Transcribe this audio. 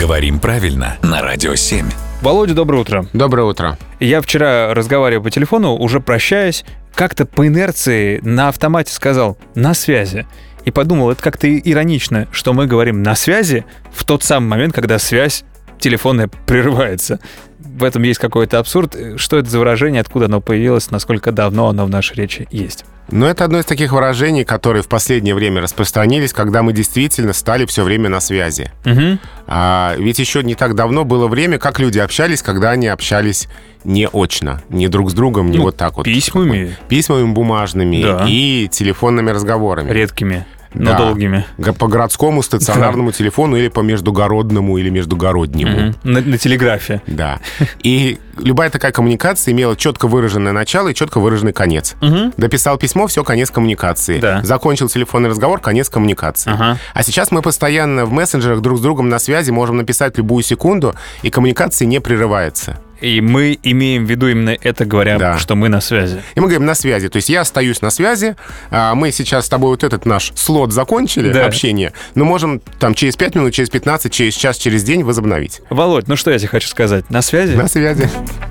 Говорим правильно на Радио 7. Володя, доброе утро. Доброе утро. Я вчера, разговаривая по телефону, уже прощаясь, как-то по инерции на автомате сказал «на связи». И подумал, это как-то иронично, что мы говорим «на связи» в тот самый момент, когда связь телефонная прерывается. В этом есть какой-то абсурд. Что это за выражение, откуда оно появилось, насколько давно оно в нашей речи есть? Но это одно из таких выражений, которые в последнее время распространились, когда мы действительно стали все время на связи. Угу. Ведь еще не так давно было время, как люди общались, когда они общались не очно, не друг с другом, не вот так вот. Письмами. Письмами бумажными, да, и телефонными разговорами. Редкими. Но да, долгими. По городскому стационарному телефону или по междугородному или междугороднему. На телеграфе. Да. И любая такая коммуникация имела четко выраженное начало и четко выраженный конец. Дописал письмо, все, конец коммуникации. Да. Закончил телефонный разговор, конец коммуникации. А сейчас мы постоянно в мессенджерах друг с другом на связи, можем написать любую секунду, и коммуникация не прерывается. И мы имеем в виду именно это, говоря, что мы на связи. И мы говорим «на связи». То есть я остаюсь на связи, мы сейчас с тобой вот этот наш слот закончили, общение, но можем там через 5 минут, через 15, через час, через день возобновить. Володь, ну что я тебе хочу сказать? На связи? На связи.